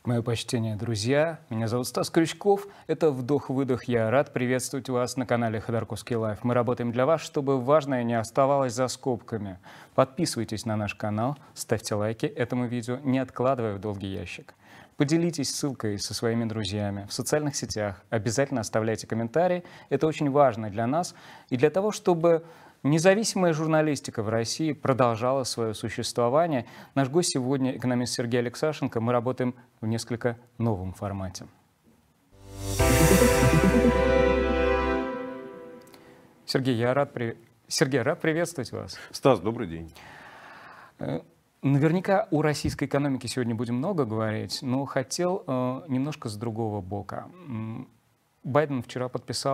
Мое почтение, друзья. Меня зовут Стас Крючков. Это «Вдох-выдох». Я рад приветствовать вас на канале Ходорковский Лайф. Мы работаем для вас, чтобы важное не оставалось за скобками. Подписывайтесь на наш канал, ставьте лайки этому видео, не откладывая в долгий ящик. Поделитесь ссылкой со своими друзьями в социальных сетях. Обязательно оставляйте комментарии. Это очень важно для нас и для того, чтобы независимая журналистика в России продолжала свое существование. Наш гость сегодня экономист Сергей Алексашенко. Мы работаем в несколько новом формате. Сергей, рад приветствовать вас. Стас, добрый день. Наверняка о российской экономике сегодня будем много говорить, но хотел немножко с другого бока. Байден вчера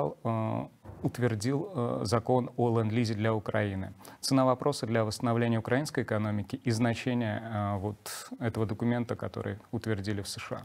утвердил закон о ленд-лизе для Украины. Цена вопроса для восстановления украинской экономики и значение вот этого документа, который утвердили в США.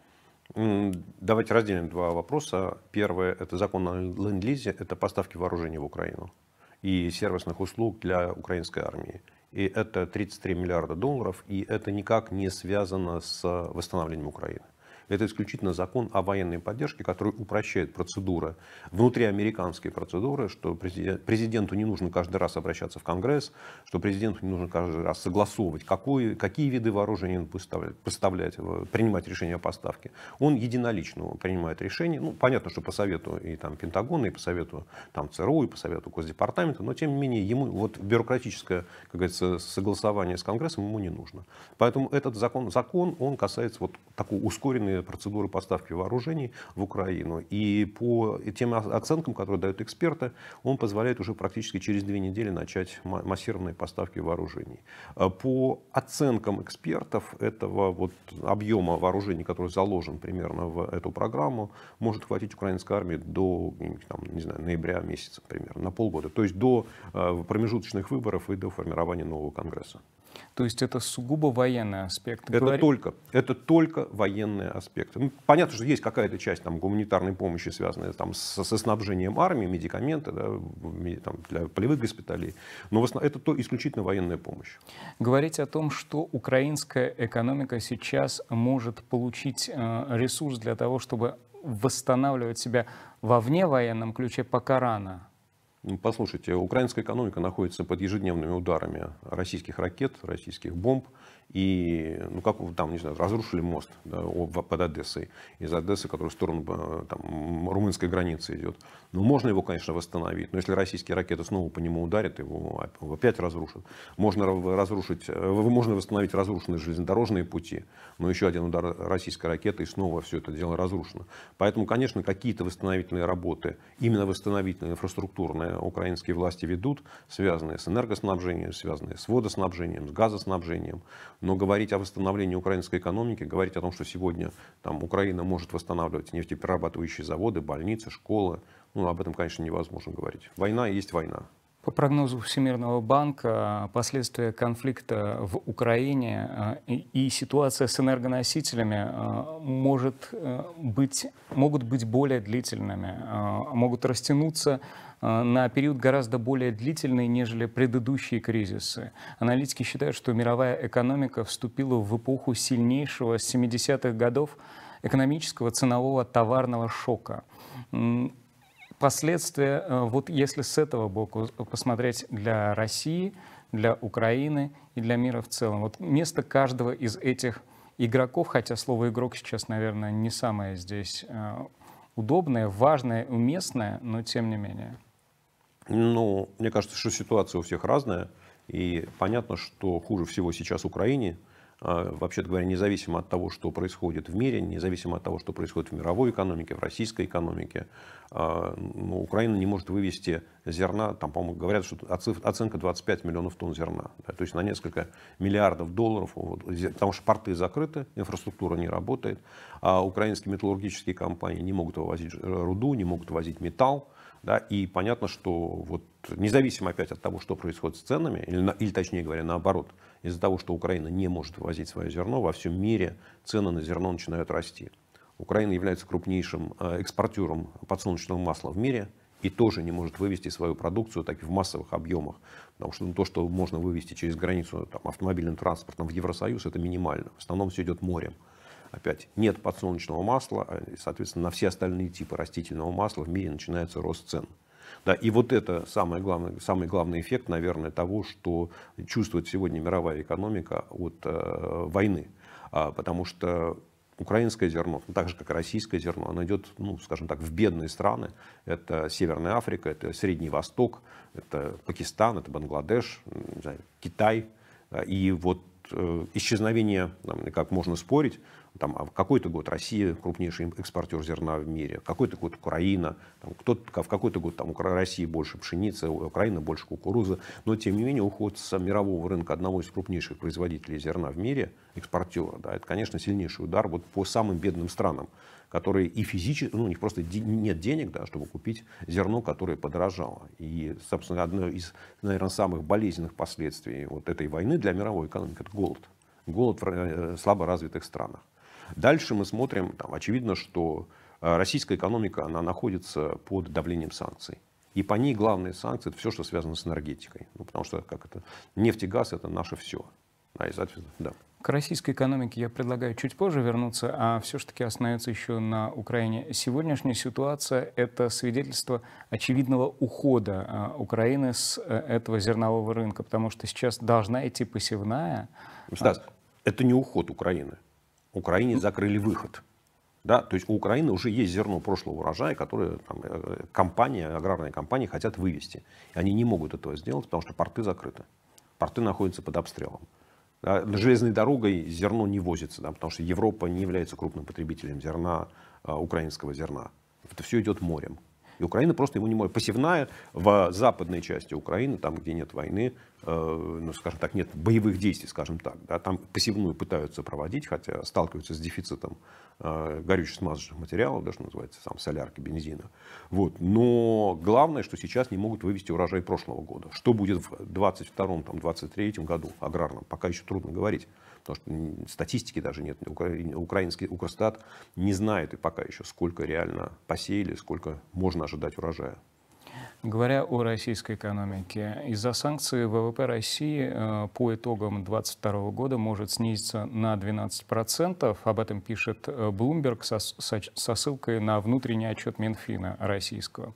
Давайте разделим два вопроса. Первое – это закон о ленд-лизе, это поставки вооружений в Украину и сервисных услуг для украинской армии. И это 33 миллиарда долларов, и это никак не связано с восстановлением Украины. Это исключительно закон о военной поддержке, который упрощает процедуры, внутриамериканские процедуры, что президенту не нужно каждый раз обращаться в Конгресс, что президенту не нужно каждый раз согласовывать, какие виды вооружений он поставлять, принимать решение о поставке. Он единолично принимает решение. Ну, понятно, что по совету и там, Пентагона, и по совету там, ЦРУ, и по совету Госдепартамента, но тем не менее ему вот бюрократическое, как говорится, согласование с Конгрессом ему не нужно. Поэтому этот закон он касается вот такой ускоренной процедуры поставки вооружений в Украину. И по тем оценкам, которые дают эксперты, он позволяет уже практически через 2 недели начать массированные поставки вооружений. По оценкам экспертов, этого вот объема вооружений, который заложен примерно в эту программу, может хватить украинской армии до там, не знаю, ноября месяца примерно, на полгода. То есть до промежуточных выборов и до формирования нового Конгресса. То есть это сугубо военный аспект. Это только военные аспекты. Ну, понятно, что есть какая-то часть там, гуманитарной помощи, связанная там, со снабжением армии, медикаменты, да, там, для полевых госпиталей. Но это исключительно военная помощь. Говорить о том, что украинская экономика сейчас может получить ресурс для того, чтобы восстанавливать себя во вневоенном ключе, пока рано. Послушайте, украинская экономика находится под ежедневными ударами российских ракет, российских бомб. И, ну, как там, не знаю, разрушили мост, да, под Одессой, из Одессы, который в сторону там, румынской границы идет. Ну, можно его, конечно, восстановить, но если российские ракеты снова по нему ударят, его опять разрушат. Можно восстановить разрушенные железнодорожные пути, но еще один удар российской ракеты, и снова все это дело разрушено. Поэтому, конечно, какие-то восстановительные работы, именно восстановительные, инфраструктурные, украинские власти ведут, связанные с энергоснабжением, связанные с водоснабжением, с газоснабжением. Но говорить о восстановлении украинской экономики, говорить о том, что сегодня там, Украина может восстанавливать нефтеперерабатывающие заводы, больницы, школы, ну, об этом, конечно, невозможно говорить. Война есть война. По прогнозу Всемирного банка, последствия конфликта в Украине и ситуация с энергоносителями могут быть более длительными, могут растянуться на период гораздо более длительный, нежели предыдущие кризисы. Аналитики считают, что мировая экономика вступила в эпоху сильнейшего с 70-х годов экономического ценового товарного шока. Последствия, вот если с этого боку посмотреть для России, для Украины и для мира в целом, вот место каждого из этих игроков, хотя слово «игрок» сейчас, наверное, не самое здесь удобное, важное, уместное, но тем не менее. Ну, мне кажется, что ситуация у всех разная, и понятно, что хуже всего сейчас Украине. Вообще-то говоря, независимо от того, что происходит в мире, независимо от того, что происходит в мировой экономике, в российской экономике, Украина не может вывести зерна, там, по-моему, говорят, что оценка 25 миллионов тонн зерна, да, то есть на несколько миллиардов долларов, потому что порты закрыты, инфраструктура не работает, а украинские металлургические компании не могут вывозить руду, не могут вывозить металл. Да, и понятно, что вот, независимо опять от того, что происходит с ценами, или точнее говоря, наоборот, из-за того, что Украина не может вывозить свое зерно, во всем мире цены на зерно начинают расти. Украина является крупнейшим экспортером подсолнечного масла в мире и тоже не может вывести свою продукцию так в массовых объемах. Потому что то, что можно вывести через границу там, автомобильным транспортом в Евросоюз, это минимально. В основном все идет морем. опять нет подсолнечного масла, и, соответственно, на все остальные типы растительного масла в мире начинается рост цен. Да, и вот это самый главный эффект, наверное, того, что чувствует сегодня мировая экономика от войны. Потому что украинское зерно, так же как и российское зерно, оно идет, ну, скажем так, в бедные страны. Это Северная Африка, это Средний Восток, это Пакистан, это Бангладеш, не знаю, Китай. И вот исчезновение, как можно спорить, там, в какой-то год Россия крупнейший экспортер зерна в мире, в какой-то год Украина, в какой-то год там, у России больше пшеницы, у Украины больше кукурузы. Но, тем не менее, уход с мирового рынка одного из крупнейших производителей зерна в мире, экспортера, да, это, конечно, сильнейший удар вот по самым бедным странам, которые и физически, ну, у них просто нет денег, да, чтобы купить зерно, которое подорожало. И, собственно, одно из, наверное, самых болезненных последствий вот этой войны для мировой экономики – это голод. Голод в слабо развитых странах. Дальше мы смотрим, там, очевидно, что российская экономика, она находится под давлением санкций. И по ней главные санкции – это все, что связано с энергетикой. Ну, потому что как это, нефть и газ – это наше все. Да, и, соответственно, да. К российской экономике я предлагаю чуть позже вернуться, а все-таки остановиться еще на Украине. Сегодняшняя ситуация – это свидетельство очевидного ухода Украины с этого зернового рынка, потому что сейчас должна идти посевная. Стас, это не уход Украины. Украине закрыли выход. Да? То есть у Украины уже есть зерно прошлого урожая, которое там, аграрные компании хотят вывести. И они не могут этого сделать, потому что порты закрыты. Порты находятся под обстрелом. Да? Железной дорогой зерно не возится, да? Потому что Европа не является крупным потребителем зерна, украинского зерна. Это все идет морем. И Украина просто его не может. Посевная в западной части Украины, там, где нет войны, ну, скажем так, нет боевых действий, скажем так. Да, там посевную пытаются проводить, хотя сталкиваются с дефицитом горюче-смазочных материалов, даже называется, там, солярки, бензина. Вот. Но главное, что сейчас не могут вывести урожай прошлого года. Что будет в 2022-2023 году аграрном, пока еще трудно говорить. Потому что статистики даже нет. Украинский Укрстат не знает и пока еще, сколько реально посеяли, сколько можно ожидать урожая. Говоря о российской экономике, из-за санкций ВВП России по итогам 2022 года может снизиться на 12%. Об этом пишет Bloomberg со ссылкой на внутренний отчет Минфина российского.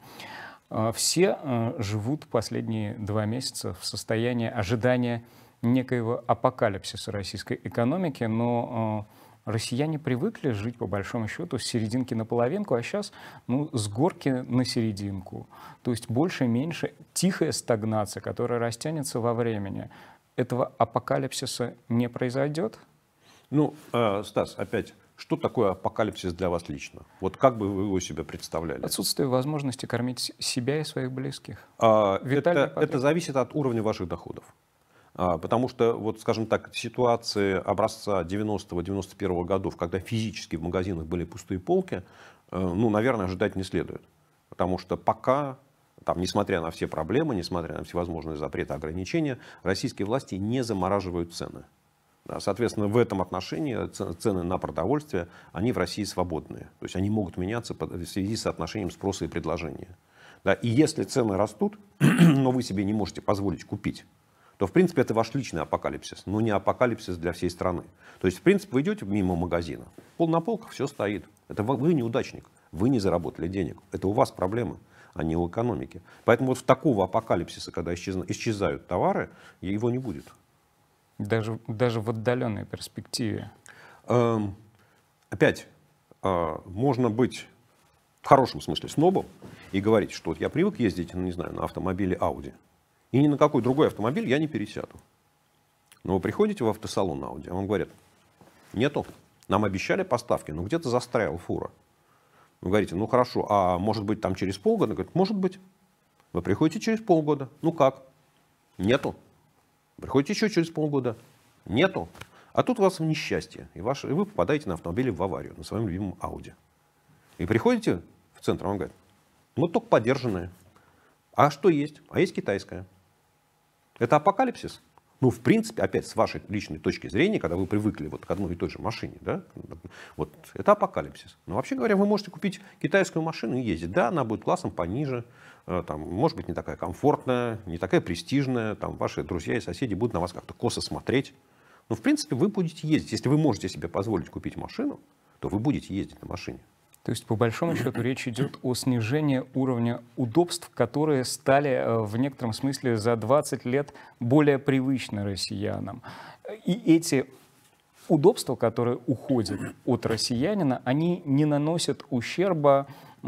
Все живут последние 2 месяца в состоянии ожидания некоего апокалипсиса российской экономики, но россияне привыкли жить, по большому счету, с серединки на половинку, а сейчас с горки на серединку. То есть больше-меньше тихая стагнация, которая растянется во времени. Этого апокалипсиса не произойдет? Ну, Стас, опять, что такое апокалипсис для вас лично? Вот как бы вы его себе представляли? Отсутствие возможности кормить себя и своих близких. Это зависит от уровня ваших доходов. Потому что, вот, скажем так, ситуации образца 90-91 годов, когда физически в магазинах были пустые полки, ну, наверное, ожидать не следует. Потому что пока, там, несмотря на все проблемы, несмотря на всевозможные запреты, ограничения, российские власти не замораживают цены. Соответственно, в этом отношении цены на продовольствие, они в России свободные. То есть они могут меняться в связи с соотношением спроса и предложения. Да, и если цены растут, но вы себе не можете позволить купить, то, в принципе, это ваш личный апокалипсис, но не апокалипсис для всей страны. То есть, в принципе, вы идете мимо магазина, на полках все стоит. Это вы неудачник, вы не заработали денег. Это у вас проблемы, а не у экономики. Поэтому вот в такого апокалипсиса, когда исчезают товары, его не будет. Даже в отдаленной перспективе. Опять, можно быть в хорошем смысле снобом и говорить, что вот я привык ездить, не знаю, на автомобиле Audi. И ни на какой другой автомобиль я не пересяду. Но вы приходите в автосалон Audi, а вам говорят, нету, нам обещали поставки, но где-то застряла фура. Вы говорите, ну хорошо, а может быть там через полгода? Говорит, может быть. Вы приходите через полгода, ну как? Нету. Приходите еще через полгода, нету. А тут у вас несчастье, и вы попадаете на автомобиле в аварию, на своем любимом Audi. И приходите в центр, вам говорят, ну только подержанные. А что есть? А есть китайская. Это апокалипсис? Ну, в принципе, опять с вашей личной точки зрения, когда вы привыкли вот к одной и той же машине, да, вот это апокалипсис. Но вообще говоря, вы можете купить китайскую машину и ездить. Да, она будет классом пониже, там, может быть, не такая комфортная, не такая престижная. Там, ваши друзья и соседи будут на вас как-то косо смотреть. Ну, в принципе, вы будете ездить. Если вы можете себе позволить купить машину, то вы будете ездить на машине. То есть, по большому счету, речь идет о снижении уровня удобств, которые стали в некотором смысле за 20 лет более привычны россиянам. И эти удобства, которые уходят от россиянина, они не наносят ущерба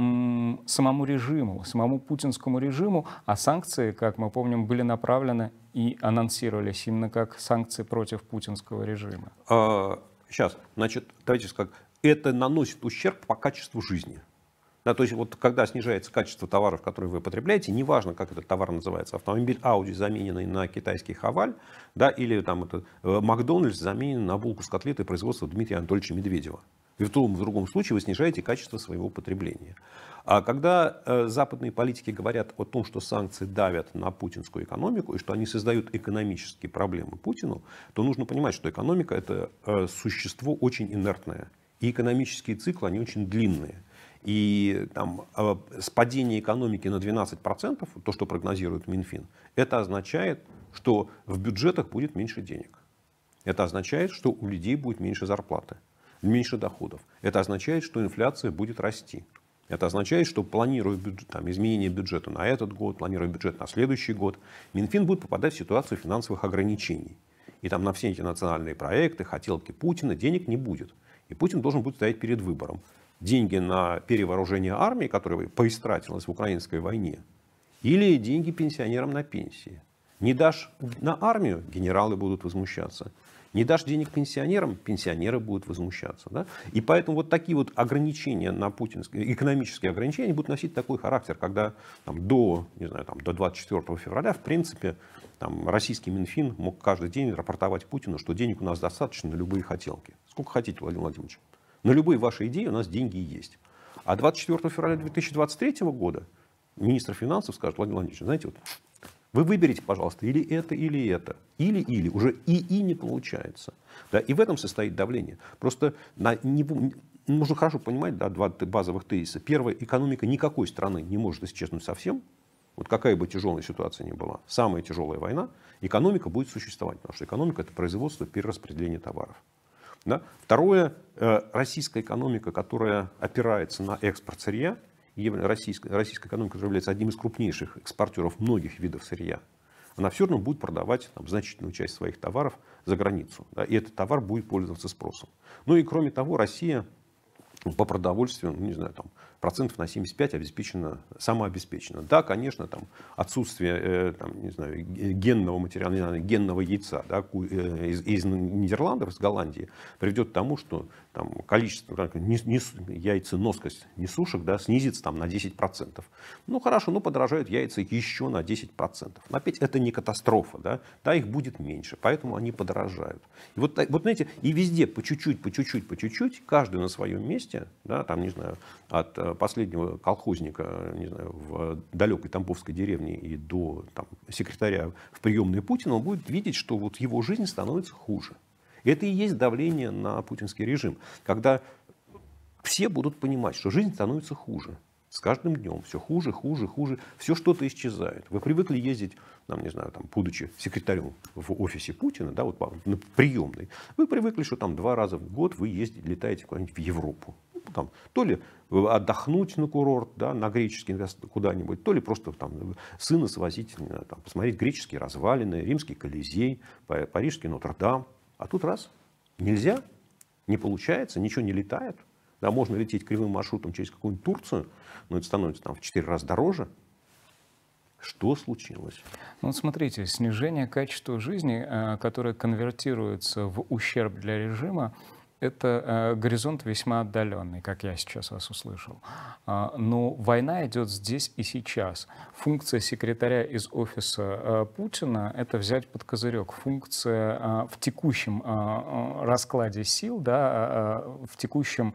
самому режиму, самому путинскому режиму, а санкции, как мы помним, были направлены и анонсировались именно как санкции против путинского режима. Сейчас, значит, давайте скажем, это наносит ущерб по качеству жизни. Да, то есть, вот, когда снижается качество товаров, которые вы потребляете, неважно, как этот товар называется, автомобиль Audi, замененный на китайский Хаваль, да, или там, Макдональдс, замененный на булку с котлетой производства Дмитрия Анатольевича Медведева. И в том, в другом случае вы снижаете качество своего потребления. А когда западные политики говорят о том, что санкции давят на путинскую экономику и что они создают экономические проблемы Путину, то нужно понимать, что экономика — это существо очень инертное. И экономические циклы, они очень длинные. И там, падение экономики на 12%, то, что прогнозирует Минфин, это означает, что в бюджетах будет меньше денег. Это означает, что у людей будет меньше зарплаты, меньше доходов. Это означает, что инфляция будет расти. Это означает, что планируя изменение бюджета на этот год, планируя бюджет на следующий год, Минфин будет попадать в ситуацию финансовых ограничений. И там на все эти национальные проекты, хотелки Путина денег не будет. И Путин должен будет стоять перед выбором. Деньги на перевооружение армии, которая поистратилась в украинской войне, или деньги пенсионерам на пенсии. Не дашь на армию, генералы будут возмущаться. Не дашь денег пенсионерам, пенсионеры будут возмущаться. Да? И поэтому вот такие вот ограничения на путинские, экономические ограничения будут носить такой характер, когда до 24 февраля, в принципе, российский Минфин мог каждый день рапортовать Путину, что денег у нас достаточно на любые хотелки. Сколько хотите, Владимир Владимирович. На любые ваши идеи у нас деньги есть. А 24 февраля 2023 года министр финансов скажет: Владимир Владимирович, знаете, вот, вы выберите, пожалуйста, или это, или это. Или. Уже и не получается. Да, и в этом состоит давление. Просто нужно хорошо понимать, да, два базовых тезиса. Первое, экономика никакой страны не может исчезнуть совсем. Вот какая бы тяжелая ситуация ни была, самая тяжелая война, экономика будет существовать. Потому что экономика — это производство, перераспределение товаров. Да? Второе, российская экономика, которая опирается на экспорт сырья, российская экономика, которая является одним из крупнейших экспортеров многих видов сырья, она все равно будет продавать значительную часть своих товаров за границу. Да? И этот товар будет пользоваться спросом. Ну и кроме того, Россия по продовольствию, процентов на 75 самообеспечена. Да, конечно, отсутствие генного материала, генного яйца, да, из Нидерландов, из Голландии, приведет к тому, что количество яйценоскость несушек, да, снизится на 10%. Ну хорошо, подорожают яйца еще на 10%. Но опять это не катастрофа, да, их будет меньше, поэтому они подорожают. И вот знаете, и везде по чуть-чуть, каждый на своем месте, да, от последнего колхозника, в далекой Тамбовской деревне и до секретаря в приемной Путина, он будет видеть, что вот его жизнь становится хуже. Это и есть давление на путинский режим, когда все будут понимать, что жизнь становится хуже. С каждым днем все хуже, все что-то исчезает. Вы привыкли ездить, будучи секретарем в офисе Путина, да, на приемной, вы привыкли, что 2 раза в год вы летаете куда-нибудь в Европу. То ли отдохнуть на курорт, да, на греческий куда-нибудь, то ли просто сына свозить, посмотреть греческие развалины, римский Колизей, парижский Нотр-Дам. А тут раз, нельзя, не получается, ничего не летает. Да, можно лететь кривым маршрутом через какую-нибудь Турцию, но это становится в 4 раза дороже. Что случилось? Смотрите, снижение качества жизни, которое конвертируется в ущерб для режима, это горизонт весьма отдаленный, как я сейчас вас услышал. Но война идет здесь и сейчас. Функция секретаря из офиса Путина — это взять под козырек. Функция в текущем раскладе сил, да, в текущей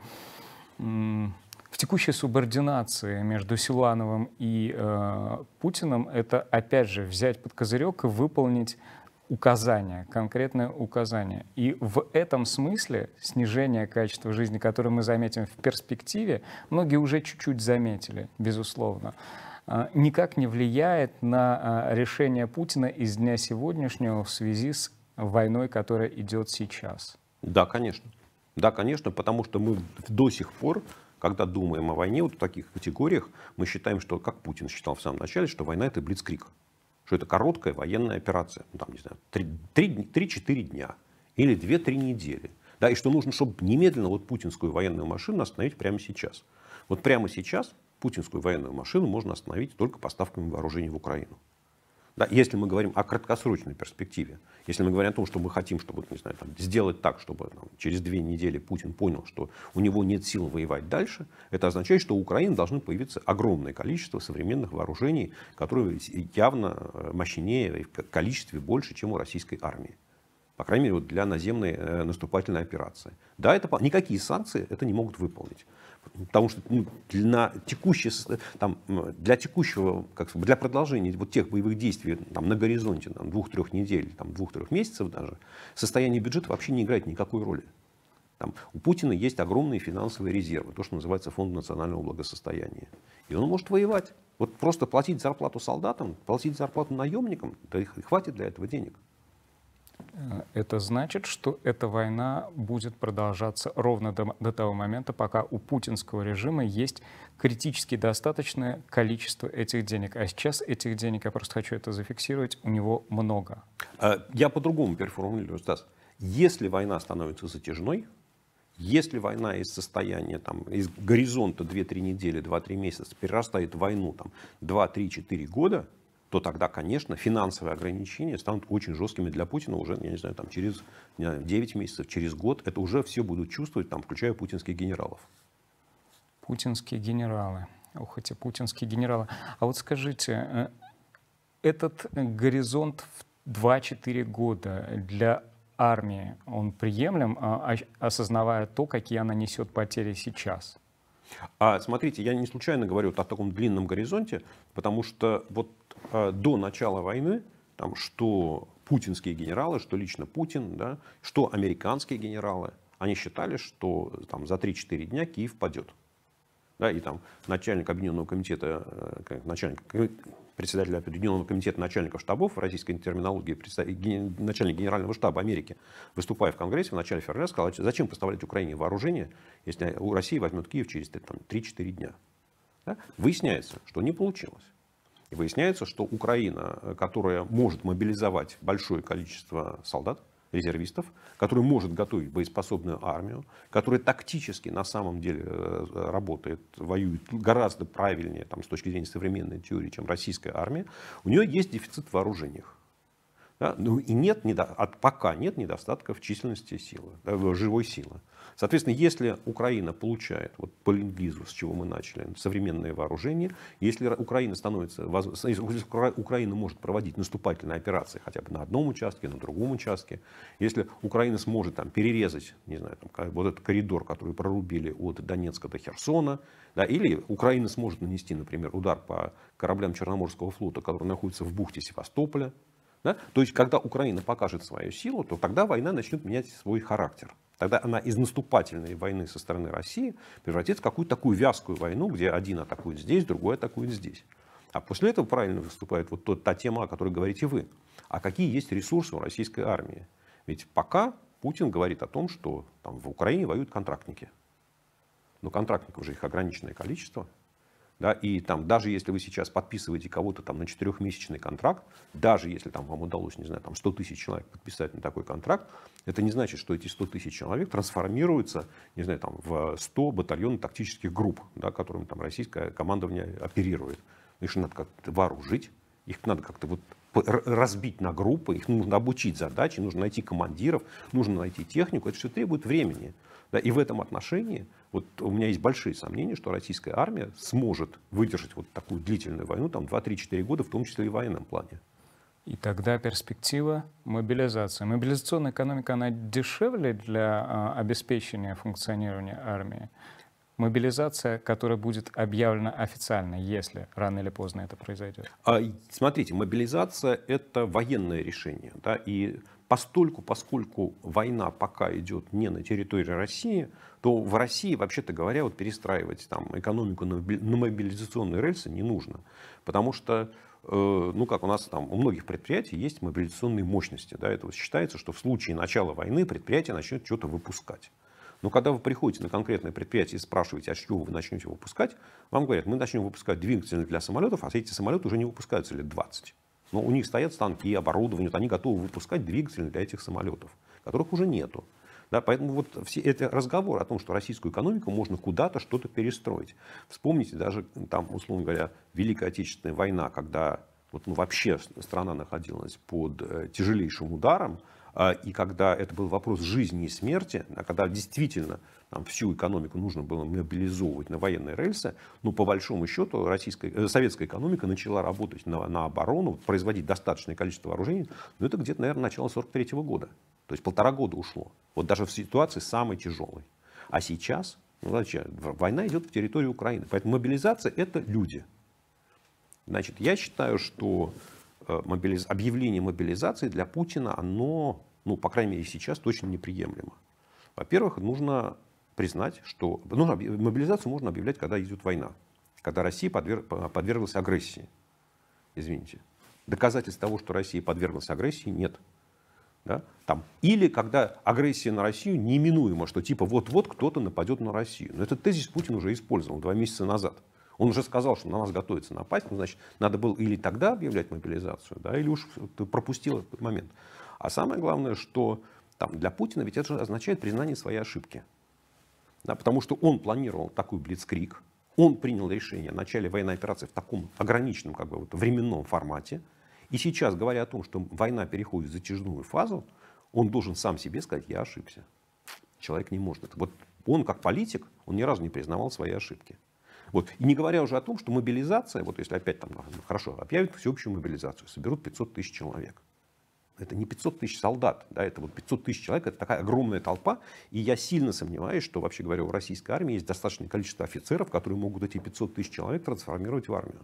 субординации между Силуановым и Путиным — это, опять же, взять под козырек и выполнить указание, конкретное указание. И в этом смысле снижение качества жизни, которое мы заметим в перспективе, многие уже чуть-чуть заметили, безусловно, никак не влияет на решение Путина из дня сегодняшнего в связи с войной, которая идет сейчас? Да, конечно. Да, конечно, потому что мы до сих пор, когда думаем о войне, вот в таких категориях, мы считаем, что, как Путин считал в самом начале, что война — это блицкриг, что это короткая военная операция, ну, там, не знаю, 3-4 дня или 2-3 недели. Да, и что нужно, чтобы немедленно вот путинскую военную машину остановить прямо сейчас. Вот прямо сейчас путинскую военную машину можно остановить только поставками вооружений в Украину. Да, если мы говорим о краткосрочной перспективе, если мы говорим о том, что мы хотим, чтобы, не знаю, там, сделать так, чтобы через 2 недели Путин понял, что у него нет сил воевать дальше, это означает, что у Украины должны появиться огромное количество современных вооружений, которые явно мощнее и в количестве больше, чем у российской армии. По крайней мере, вот для наземной наступательной операции. Да, никакие санкции это не могут выполнить. Потому что для продолжения вот тех боевых действий там, на горизонте 2-3 недель, 2-3 месяцев даже, состояние бюджета вообще не играет никакой роли. Там, у Путина есть огромные финансовые резервы, то, что называется фонд национального благосостояния. И он может воевать. Вот просто платить зарплату солдатам, платить зарплату наемникам, да и хватит для этого денег. Это значит, что эта война будет продолжаться ровно до того момента, пока у путинского режима есть критически достаточное количество этих денег. А сейчас этих денег, я просто хочу это зафиксировать, у него много. Я по-другому переформулирую, Стас. Если война становится затяжной, если война из состояния, из горизонта 2-3 недели, 2-3 месяца перерастает в войну 2-3-4 года, то тогда, конечно, финансовые ограничения станут очень жесткими для Путина уже, я не знаю, через 9 месяцев, через год. Это уже все будут чувствовать, включая путинских генералов. Путинские генералы. Ох, эти путинские генералы. А вот скажите, этот горизонт в 2-4 года для армии, он приемлем, осознавая то, какие она несет потери сейчас? Смотрите, я не случайно говорю о таком длинном горизонте, потому что вот до начала войны, что путинские генералы, что лично Путин, да, что американские генералы, они считали, что за 3-4 дня Киев падет. Да, и начальник Объединенного комитета, председатель Объединенного комитета начальников штабов в российской терминологии, начальник Генерального штаба Америки, выступая в Конгрессе в начале февраля, сказал, зачем поставлять Украине вооружение, если у России возьмет Киев через 3-4 дня. Да? Выясняется, что не получилось. И выясняется, что Украина, которая может мобилизовать большое количество солдат, резервистов, который может готовить боеспособную армию, которая тактически на самом деле работает, воюет гораздо правильнее с точки зрения современной теории, чем российская армия, у нее есть дефицит в вооружениях. Да? И пока нет недостатка в численности силы, живой силы. Соответственно, если Украина получает по ленд-лизу, с чего мы начали, современное вооружение, если Украина может проводить наступательные операции хотя бы на одном участке, на другом участке, если Украина сможет перерезать, не знаю, вот этот коридор, который прорубили от Донецка до Херсона, да, или Украина сможет нанести, например, удар по кораблям Черноморского флота, которые находятся в бухте Севастополя. Да? То есть, когда Украина покажет свою силу, то тогда война начнет менять свой характер. Тогда она из наступательной войны со стороны России превратится в какую-то такую вязкую войну, где один атакует здесь, другой атакует здесь. А после этого правильно выступает та тема, о которой говорите вы. А какие есть ресурсы у российской армии? Ведь пока Путин говорит о том, что в Украине воюют контрактники. Но контрактников же их ограниченное количество. Да, и даже если вы сейчас подписываете кого-то на 4-месячный контракт, даже если вам удалось, не знаю, 100 тысяч человек подписать на такой контракт, это не значит, что эти 100 тысяч человек трансформируются, не знаю, в 100 батальонно-тактических групп, да, которыми российское командование оперирует. Их надо как-то вооружить, их надо как-то разбить на группы, их нужно обучить задачи, нужно найти командиров, нужно найти технику. Это все требует времени. Да, и в этом отношении у меня есть большие сомнения, что российская армия сможет выдержать такую длительную войну 2-3-4 года, в том числе и в военном плане. И тогда перспектива мобилизации. Мобилизационная экономика, она дешевле для обеспечения функционирования армии? Мобилизация, которая будет объявлена официально, если рано или поздно это произойдет? Смотрите, мобилизация — это военное решение. Да, и поскольку война пока идет не на территории России, то в России, вообще-то говоря, перестраивать экономику на мобилизационные рельсы не нужно. Потому что ну как у нас там, у многих предприятий есть мобилизационные мощности. Да, это вот считается, что в случае начала войны предприятие начнет что-то выпускать. Но когда вы приходите на конкретное предприятие и спрашиваете, а что вы начнете выпускать, вам говорят, мы начнем выпускать двигатели для самолетов, а эти самолеты уже не выпускаются лет 20. Но у них стоят станки, оборудование, вот они готовы выпускать двигатели для этих самолетов, которых уже нету. Да, поэтому вот все эти разговоры о том, что российскую экономику можно куда-то что-то перестроить. Вспомните даже, там, условно говоря, Великая Отечественная война, когда вот, ну, вообще страна находилась под тяжелейшим ударом, и когда это был вопрос жизни и смерти, а когда действительно там, всю экономику нужно было мобилизовывать на военные рельсы, ну, по большому счету, советская экономика начала работать на оборону, производить достаточное количество вооружений, но это где-то, наверное, начало 1943 года. То есть 1,5 года ушло. Вот даже в ситуации самой тяжелой. А сейчас, ну, значит, война идет в территории Украины. Поэтому мобилизация – это люди. Значит, я считаю, что объявление мобилизации для Путина, оно, ну, по крайней мере, сейчас точно неприемлемо. Во-первых, нужно признать, что мобилизацию можно объявлять, когда идет война. Когда Россия подверглась агрессии. Извините. Доказательств того, что Россия подверглась агрессии, нет. Да? Там. Или когда агрессия на Россию неминуема, что типа вот-вот кто-то нападет на Россию. Но этот тезис Путин уже использовал 2 месяца назад. Он уже сказал, что на нас готовится напасть. Ну, значит, надо было или тогда объявлять мобилизацию, да, или уж ты пропустил этот момент. А самое главное, что там, для Путина ведь это же означает признание своей ошибки. Да, потому что он планировал такой блицкриг. Он принял решение о начале военной операции в таком ограниченном как бы, вот, временном формате. И сейчас, говоря о том, что война переходит в затяжную фазу, он должен сам себе сказать, я ошибся. Человек не может. Вот он как политик, он ни разу не признавал свои ошибки. Вот. И не говоря уже о том, что мобилизация, вот если опять там, хорошо, объявят всеобщую мобилизацию, соберут 500 тысяч человек. Это не 500 тысяч солдат, да, это вот 500 тысяч человек, это такая огромная толпа. И я сильно сомневаюсь, что, вообще говоря, у российской армии есть достаточное количество офицеров, которые могут эти 500 тысяч человек трансформировать в армию.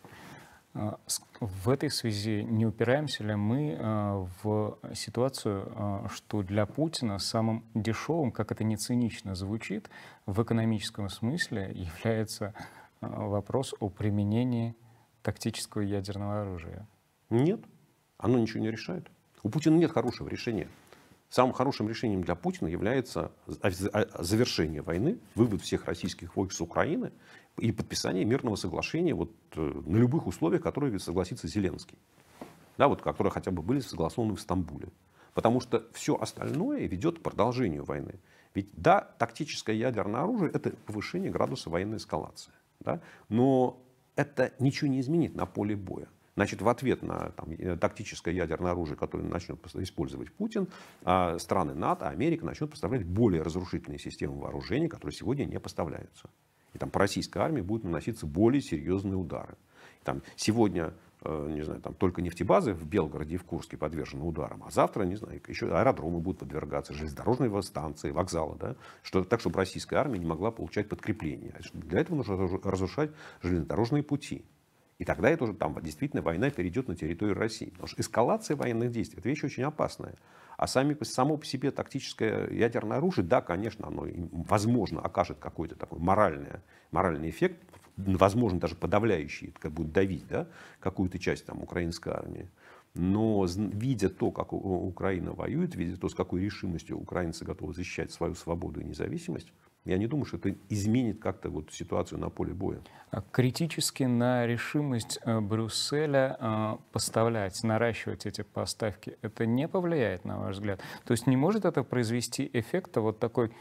В этой связи не упираемся ли мы в ситуацию, что для Путина самым дешевым, как это не цинично звучит, в экономическом смысле является вопрос о применении тактического ядерного оружия? Нет, оно ничего не решает. У Путина нет хорошего решения. Самым хорошим решением для Путина является завершение войны, вывод всех российских войск с Украины и подписание мирного соглашения вот, на любых условиях, которые согласится Зеленский. Да, вот, которые хотя бы были согласованы в Стамбуле. Потому что все остальное ведет к продолжению войны. Ведь да, тактическое ядерное оружие – это повышение градуса военной эскалации. Да? Но это ничего не изменит на поле боя. Значит, в ответ на там, тактическое ядерное оружие, которое начнет использовать Путин, страны НАТО, Америка начнут поставлять более разрушительные системы вооружения, которые сегодня не поставляются. И там по российской армии будут наноситься более серьезные удары. И, там, сегодня, не знаю, там, только нефтебазы в Белгороде и в Курске подвержены ударам, а завтра, не знаю, еще аэродромы будут подвергаться, железнодорожные станции, вокзалы. Да? Так, чтобы российская армия не могла получать подкрепление. Для этого нужно разрушать железнодорожные пути. И тогда это уже там действительно война перейдет на территорию России. Потому что эскалация военных действий – это вещь очень опасная. А само по себе тактическое ядерное оружие, да, конечно, оно, возможно, окажет какой-то такой моральный эффект, возможно, даже подавляющий, как будет давить, да, какую-то часть там, украинской армии. Но видя то, как Украина воюет, видя то, с какой решимостью украинцы готовы защищать свою свободу и независимость, я не думаю, что это изменит как-то вот ситуацию на поле боя. Критически на решимость Брюсселя поставлять, наращивать эти поставки, это не повлияет, на ваш взгляд? То есть не может это произвести эффекта вот такой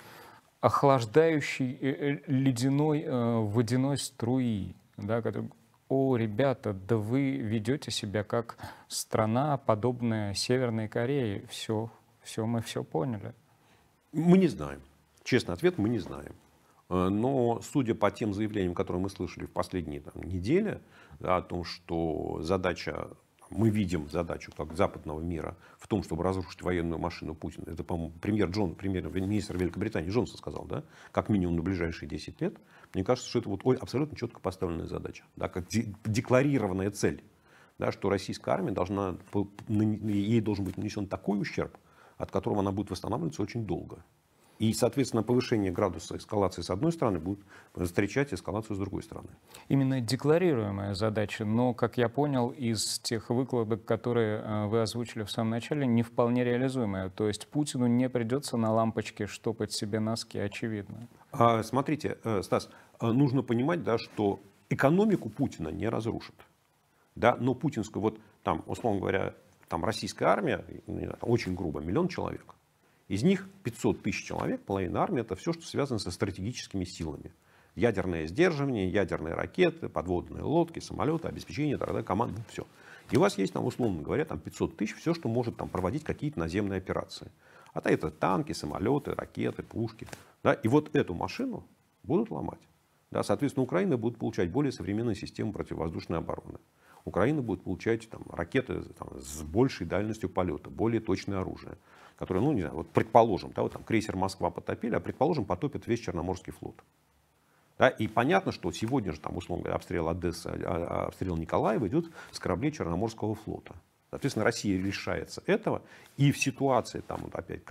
охлаждающей ледяной водяной струи, да, который, о, ребята, да вы ведете себя как страна, подобная Северной Корее, мы все поняли. Мы не знаем. Честный ответ, мы не знаем. Но судя по тем заявлениям, которые мы слышали в последние недели, да, о том, что мы видим задачу как западного мира в том, чтобы разрушить военную машину Путина. Это, по-моему, премьер-министр Великобритании Джонсон сказал, да, как минимум на ближайшие 10 лет. Мне кажется, что это вот абсолютно четко поставленная задача, да, как декларированная цель, да, что российская армия ей должен быть нанесен такой ущерб, от которого она будет восстанавливаться очень долго. И, соответственно, повышение градуса эскалации с одной стороны будет встречать эскалацию с другой стороны. Именно декларируемая задача, но, как я понял, из тех выкладок, которые вы озвучили в самом начале, не вполне реализуемая. То есть Путину не придется на лампочке штопать себе носки, очевидно. Смотрите, Стас, нужно понимать, да, что экономику Путина не разрушит. Да, но путинскую, вот там, условно говоря, там российская армия, очень грубо, 1 миллион человек. Из них 500 тысяч человек, половина армии, это все, что связано со стратегическими силами. Ядерное сдерживание, ядерные ракеты, подводные лодки, самолеты, обеспечение, тогда команды, все. И у вас есть, там, условно говоря, там 500 тысяч, все, что может там проводить какие-то наземные операции. А то это танки, самолеты, ракеты, пушки. Да? И вот эту машину будут ломать. Да? Соответственно, Украина будет получать более современные системы противовоздушной обороны. Украина будет получать там, ракеты там, с большей дальностью полета, более точное оружие. Которое, ну не знаю, вот предположим, да, вот там крейсер «Москва» потопили, а предположим, потопит весь Черноморский флот. Да, и понятно, что сегодня же, там, условно говоря, обстрел Одессы, обстрел Николаева идет с кораблей Черноморского флота. Соответственно, Россия лишается этого. И в ситуации, там, вот опять,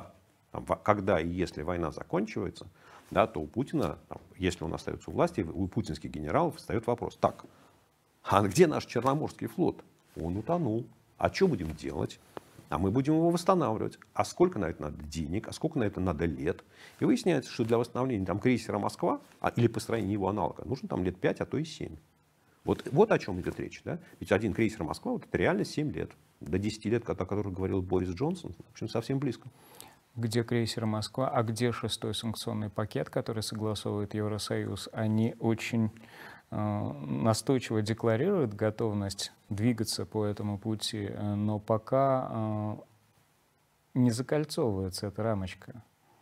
когда и если война заканчивается, да, то у Путина, там, если он остается у власти, у путинских генералов встает вопрос. Так, а где наш Черноморский флот? Он утонул. А что будем делать? А мы будем его восстанавливать. А сколько на это надо денег? А сколько на это надо лет? И выясняется, что для восстановления там, крейсера «Москва» или построения его аналога нужно там, лет 5, а то и 7. Вот о чем идет речь. Да? Ведь один крейсер «Москва» вот, это реально 7 лет. До 10 лет, о которых говорил Борис Джонсон, в общем, совсем близко. Где крейсер «Москва», а где 6-й санкционный пакет, который согласовывает Евросоюз? Они очень настойчиво декларируют готовность двигаться по этому пути, но пока не закольцовывается эта рамочка.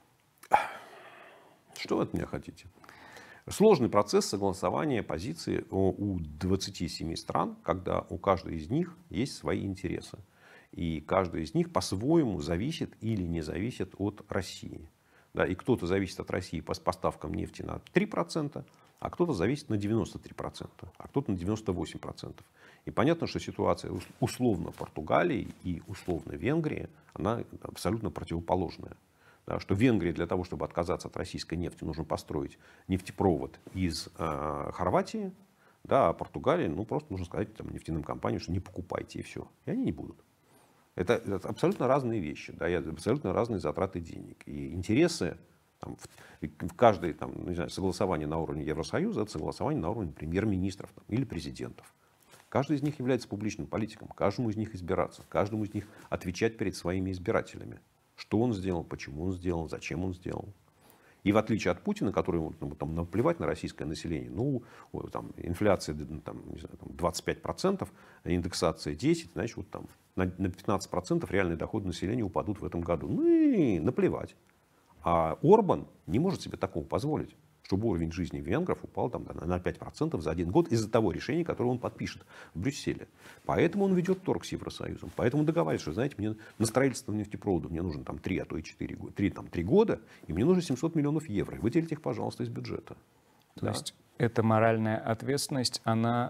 Что вы от меня хотите? Сложный процесс согласования позиции у 27 стран, когда у каждой из них есть свои интересы. И каждый из них по-своему зависит или не зависит от России. Да, и кто-то зависит от России по поставкам нефти на 3%, а кто-то зависит на 93%, а кто-то на 98%. И понятно, что ситуация условно Португалии и условно Венгрии, она абсолютно противоположная. Да, что Венгрии для того, чтобы отказаться от российской нефти, нужно построить нефтепровод из Хорватии, да, а Португалии, ну, просто нужно сказать там, нефтяным компаниям, что не покупайте, и все. И они не будут. Это абсолютно разные вещи, да, и абсолютно разные затраты денег. И интересы там, в каждое там, не знаю, согласование на уровне Евросоюза, это согласование на уровне премьер-министров там, или президентов. Каждый из них является публичным политиком, каждому из них избираться, каждому из них отвечать перед своими избирателями. Что он сделал, почему он сделал, зачем он сделал. И в отличие от Путина, который там, наплевать на российское население, ну, там, инфляция там, не знаю, там 25%, индексация 10%, значит, вот там на 15% реальные доходы населения упадут в этом году. Ну и наплевать. А Орбан не может себе такого позволить, чтобы уровень жизни венгров упал там, на 5% за один год из-за того решения, которое он подпишет в Брюсселе. Поэтому он ведет торг с Евросоюзом. Поэтому договаривается, что, знаете, мне на строительство нефтепровода мне нужно там, 3, а то и 4 года, 3 года, и мне нужно 700 миллионов евро. Выделите их, пожалуйста, из бюджета. То есть эта моральная ответственность, она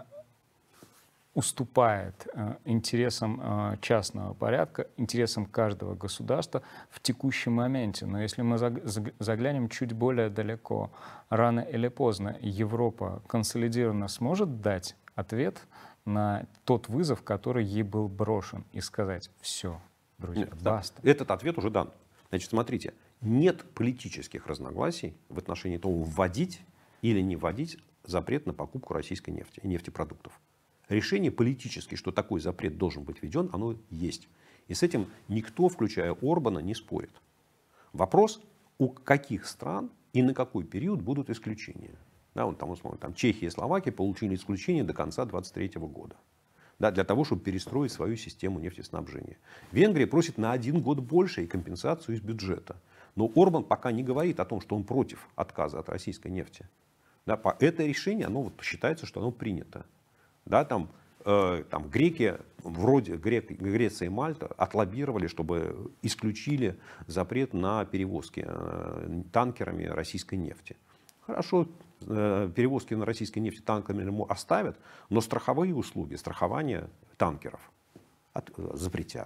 уступает интересам частного порядка, интересам каждого государства в текущем моменте. Но если мы заглянем чуть более далеко, рано или поздно Европа консолидированно сможет дать ответ на тот вызов, который ей был брошен, и сказать: все, друзья, баста. Этот ответ уже дан. Значит, смотрите, нет политических разногласий в отношении того, вводить или не вводить запрет на покупку российской нефти и нефтепродуктов. Решение политически, что такой запрет должен быть введен, оно есть. И с этим никто, включая Орбана, не спорит. Вопрос, у каких стран и на какой период будут исключения. Да, вот там Чехия и Словакия получили исключение до конца 2023 года. Да, для того, чтобы перестроить свою систему нефтеснабжения. Венгрия просит на 1 год больше и компенсацию из бюджета. Но Орбан пока не говорит о том, что он против отказа от российской нефти. Да, это решение, оно, вот, считается, что оно принято. Да, там греки, вроде Греция и Мальта, отлоббировали, чтобы исключили запрет на перевозки танкерами российской нефти. Хорошо, перевозки на российской нефти танкерами оставят, но страховые услуги, страхование танкеров запретят.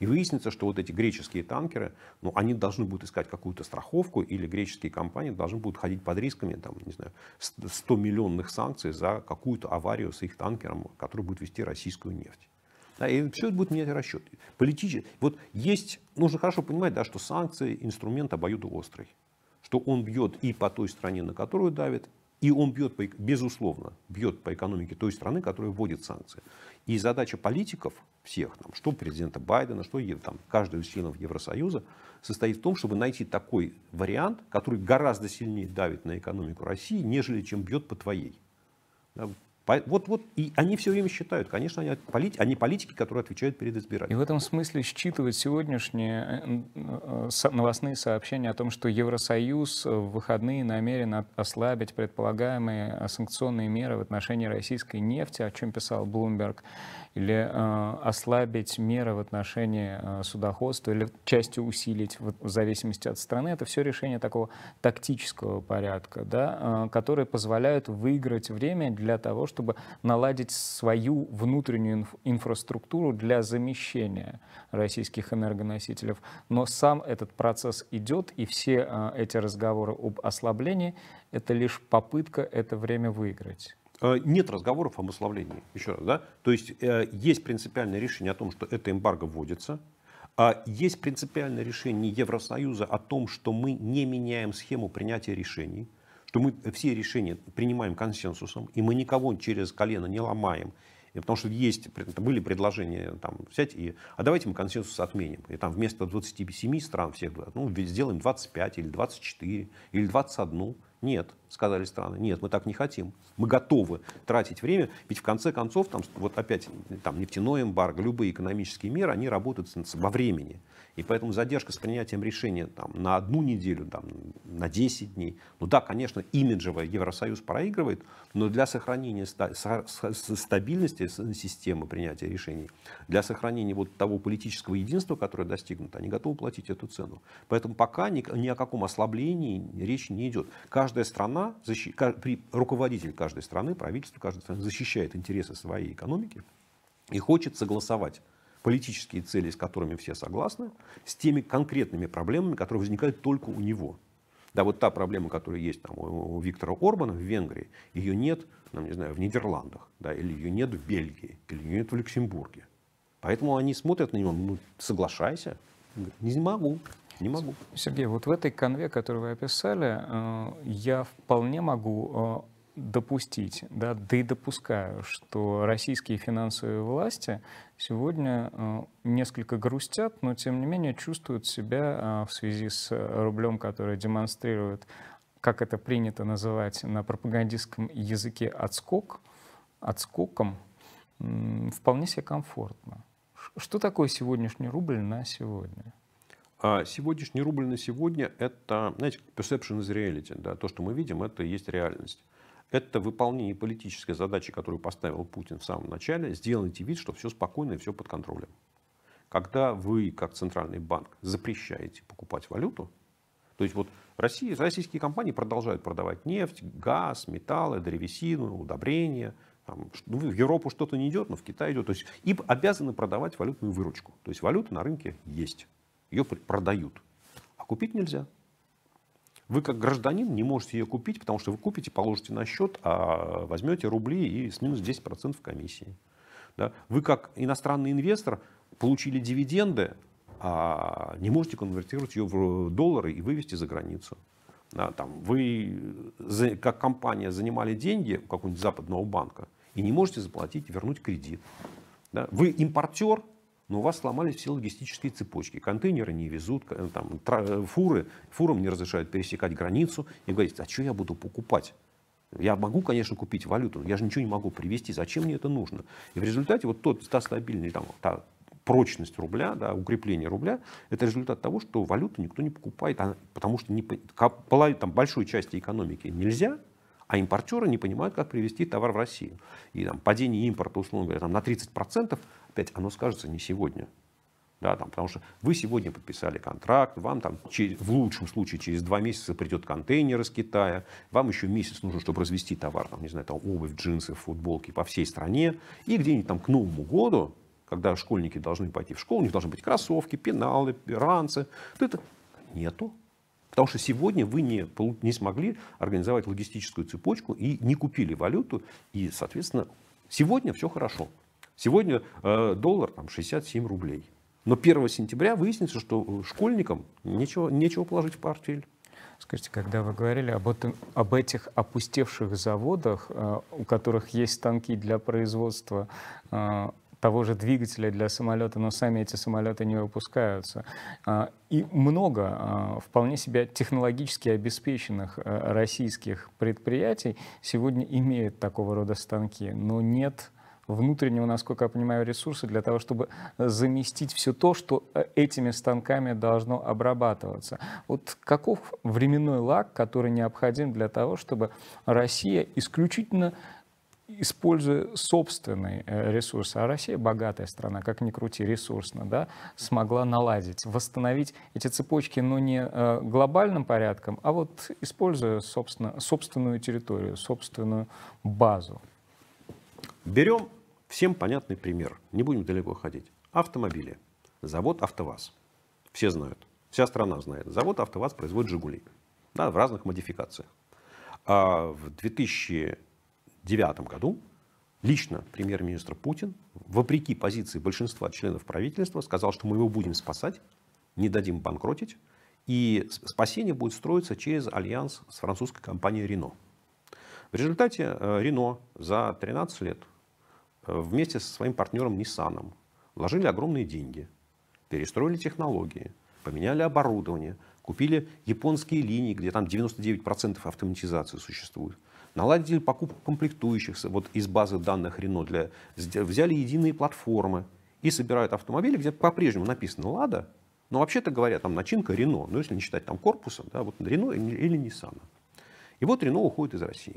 И выяснится, что вот эти греческие танкеры, ну, они должны будут искать какую-то страховку, или греческие компании должны будут ходить под рисками, там, не знаю, 100-миллионных санкций за какую-то аварию с их танкером, который будет вести российскую нефть. Да, и все это будет менять расчет. Политически. Вот есть, нужно хорошо понимать, да, что санкции инструмент обоюдоострый. Что он бьет и по той стране, на которую давит, и он бьет, безусловно, бьет по экономике той страны, которая вводит санкции. И задача политиков всех, там, что президента Байдена, что там, каждого из членов Евросоюза, состоит в том, чтобы найти такой вариант, который гораздо сильнее давит на экономику России, нежели чем бьет по твоей. Да, вот, и они все время считают, конечно, они политики, которые отвечают перед И избирателями. в этом смысле считывать сегодняшние новостные сообщения о том, что Евросоюз в выходные намерен ослабить предполагаемые санкционные меры в отношении российской нефти, о чем писал Bloomberg, или ослабить меры в отношении судоходства, или частью усилить в зависимости от страны, это все решение такого тактического порядка, да, которые позволяют выиграть время для того, чтобы наладить свою внутреннюю инфраструктуру для замещения российских энергоносителей. Но сам этот процесс идет, и все эти разговоры об ослаблении — это лишь попытка это время выиграть. Нет разговоров об ослаблении. Еще раз, да? То есть есть принципиальное решение о том, что это эмбарго вводится. Есть принципиальное решение Евросоюза о том, что мы не меняем схему принятия решений, что мы все решения принимаем консенсусом, и мы никого через колено не ломаем. Потому что были предложения там, взять а давайте мы консенсус отменим. И там вместо 27 стран всех, ну, сделаем 25 или 24 или 21. Нет, сказали страны, нет, мы так не хотим. Мы готовы тратить время, ведь в конце концов, там, вот опять там, нефтяной эмбарго, любые экономические меры, они работают во времени. И поэтому задержка с принятием решения там, на 1 неделю, там, на 10 дней. Ну да, конечно, имиджево Евросоюз проигрывает, но для сохранения стабильности системы принятия решений, для сохранения вот того политического единства, которое достигнуто, они готовы платить эту цену. Поэтому пока ни о каком ослаблении речи не идет. Каждая страна, руководитель каждой страны, правительство каждой страны защищает интересы своей экономики и хочет согласовать политические цели, с которыми все согласны, с теми конкретными проблемами, которые возникают только у него. Да, вот та проблема, которая есть там, у Виктора Орбана в Венгрии, ее нет, ну, не знаю, в Нидерландах, да, или ее нет в Бельгии, или ее нет в Люксембурге. Поэтому они смотрят на него, ну, соглашайся. Не могу. Не могу. Сергей, вот в этой канве, которую вы описали, я вполне могу допустить, да и допускаю, что российские финансовые власти сегодня несколько грустят, но тем не менее чувствуют себя в связи с рублем, который демонстрирует, как это принято называть на пропагандистском языке, отскоком, вполне себе комфортно. Что такое сегодняшний рубль на сегодня? Сегодняшний рубль на сегодня — это, знаете, perception is reality. Да? То, что мы видим, это и есть реальность. Это выполнение политической задачи, которую поставил Путин в самом начале. Сделайте вид, что все спокойно и все под контролем. Когда вы, как центральный банк, запрещаете покупать валюту, то есть вот российские компании продолжают продавать нефть, газ, металлы, древесину, удобрения. Там, в Европу что-то не идет, но в Китай идет. То есть им обязаны продавать валютную выручку. То есть валюта на рынке есть. Ее продают. А купить нельзя. Вы как гражданин не можете ее купить, потому что вы купите, положите на счет, а возьмете рубли и с минус 10% комиссии. Да? Вы как иностранный инвестор получили дивиденды, а не можете конвертировать ее в доллары и вывести за границу. Да, там, вы как компания занимали деньги у какого-нибудь западного банка и не можете заплатить, вернуть кредит. Да? Вы импортер, но у вас сломались все логистические цепочки. Контейнеры не везут, там, фурам не разрешают пересекать границу. И говорите, а что я буду покупать? Я могу, конечно, купить валюту, но я же ничего не могу привезти. Зачем мне это нужно? И в результате вот та стабильная та прочность рубля, да, укрепление рубля, это результат того, что валюту никто не покупает, потому что большой части экономики нельзя, а импортеры не понимают, как привезти товар в Россию. И там, падение импорта, условно говоря, там, на 30%, опять оно скажется не сегодня. Да, там, потому что вы сегодня подписали контракт, вам там, в лучшем случае через 2 месяца придет контейнер из Китая, вам еще месяц нужно, чтобы развезти товар, там, не знаю, там, обувь, джинсы, футболки по всей стране, и где-нибудь там к Новому году когда школьники должны пойти в школу, у них должны быть кроссовки, пеналы, ранцы. Это нету. Потому что сегодня вы не смогли организовать логистическую цепочку и не купили валюту. И, соответственно, сегодня все хорошо. Сегодня доллар там, 67 рублей. Но 1 сентября выяснится, что школьникам нечего положить в портфель. Скажите, когда вы говорили об этих опустевших заводах, у которых есть станки для производства того же двигателя для самолета, но сами эти самолеты не выпускаются, и много вполне себе технологически обеспеченных российских предприятий сегодня имеют такого рода станки, но нет внутреннего, насколько я понимаю, ресурса для того, чтобы заместить все то, что этими станками должно обрабатываться. Вот каков временной лаг, который необходим для того, чтобы Россия исключительно используя собственный ресурс, а Россия богатая страна, как ни крути, ресурсно, да, смогла наладить, восстановить эти цепочки, но не глобальным порядком, а вот используя собственную территорию, собственную базу. Берем всем понятный пример, не будем далеко ходить. Автомобили. Завод АвтоВАЗ. Все знают, вся страна знает. Завод АвтоВАЗ производит «Жигули», да, в разных модификациях. А в 2009 году лично премьер-министр Путин, вопреки позиции большинства членов правительства, сказал, что мы его будем спасать, не дадим банкротить, и спасение будет строиться через альянс с французской компанией Renault. В результате Renault за 13 лет вместе со своим партнером Nissan вложили огромные деньги, перестроили технологии, поменяли оборудование, купили японские линии, где там 99% автоматизации существует, наладили покупку комплектующих вот из базы данных Renault, взяли единые платформы и собирают автомобили, где по-прежнему написано «Лада», но вообще-то говоря, там начинка Renault, но если не считать там корпуса, да, вот Renault или Nissan. И вот Renault уходит из России.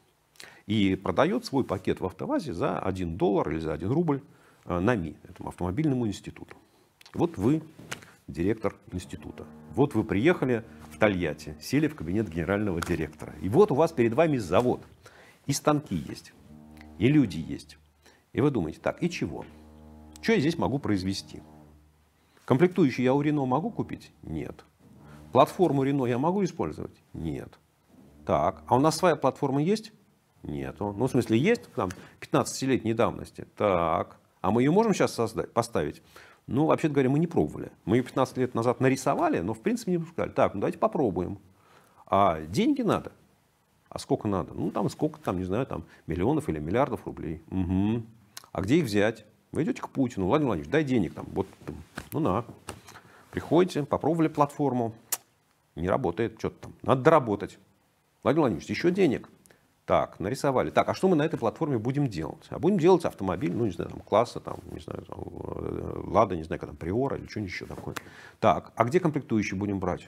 И продает свой пакет в АвтоВАЗе за $1 или за 1 рубль НАМИ, этому автомобильному институту. Вот вы директор института. Вот вы приехали в Тольятти, сели в кабинет генерального директора. И вот у вас перед вами завод. И станки есть, и люди есть. И вы думаете, так, и чего? Что я здесь могу произвести? Комплектующие я у Renault могу купить? Нет. Платформу Renault я могу использовать? Нет. Так, а у нас своя платформа есть? Нету. Ну, в смысле, есть там 15-летней давности. Так. А мы ее можем сейчас поставить? Ну, вообще-то говоря, мы не пробовали. Мы ее 15 лет назад нарисовали, но в принципе не выпускали. Так, ну давайте попробуем. А деньги надо. А сколько надо? Ну, там сколько, там, не знаю, там миллионов или миллиардов рублей. Угу. А где их взять? Вы идете к Путину. Владимир Владимирович, дай денег там. Вот, ну на. Приходите, попробовали платформу. Не работает, что-то там. Надо доработать. Владимир Владимирович, еще денег. Так, нарисовали. Так, а что мы на этой платформе будем делать? А будем делать автомобиль, ну, не знаю, там, класса, там, не знаю, там, Лада, не знаю, там, Приора или что-нибудь еще такое. Так, а где комплектующие будем брать?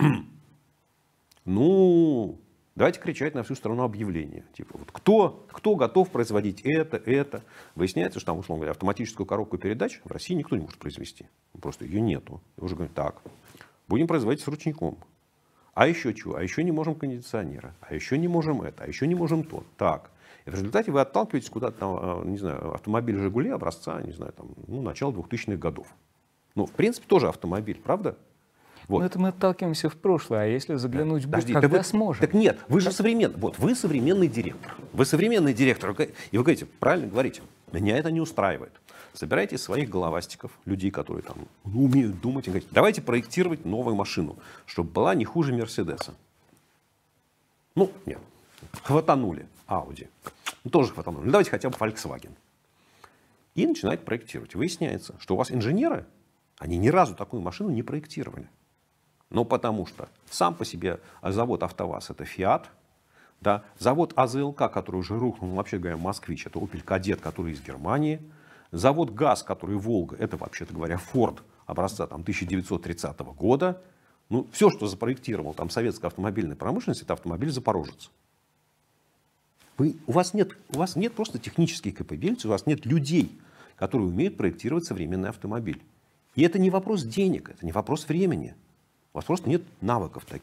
Ну, давайте кричать на всю страну объявление. Типа, вот кто готов производить это. Выясняется, что там, условно говоря, автоматическую коробку передач в России никто не может произвести. Просто ее нету. И уже говорят, так, будем производить с ручником. А еще чего? А еще не можем кондиционера. А еще не можем это. А еще не можем то. Так. И в результате вы отталкиваетесь куда-то там, не знаю, автомобиль «Жигули» образца, не знаю, там, ну, начала 2000-х годов. Ну, в принципе, тоже автомобиль, правда? Вот. Но это мы отталкиваемся в прошлое. А если заглянуть в будущее, когда сможем? Так нет, вы же современный. Вот вы современный директор. Вы современный директор. И вы говорите, правильно говорите, меня это не устраивает. Собирайте своих головастиков, людей, которые там умеют думать, и говорите, давайте проектировать новую машину, чтобы была не хуже Мерседеса. Ну, нет. Хватанули Audi. Ну, тоже хватанули. Ну, давайте хотя бы Volkswagen. И начинает проектировать. Выясняется, что у вас инженеры, они ни разу такую машину не проектировали. Но потому что сам по себе завод АвтоВАЗ это Fiat, да, завод АЗЛК, который уже рухнул, вообще говоря, Москвич, это Opel Kadett, который из Германии. Завод ГАЗ, который Волга, это, вообще-то говоря, Форд образца там, 1930 года. Ну, все, что запроектировал там советская автомобильная промышленность, это автомобиль «Запорожец». У вас нет просто технических capability, у вас нет людей, которые умеют проектировать современный автомобиль. И это не вопрос денег, это не вопрос времени. У вас просто нет навыков таких.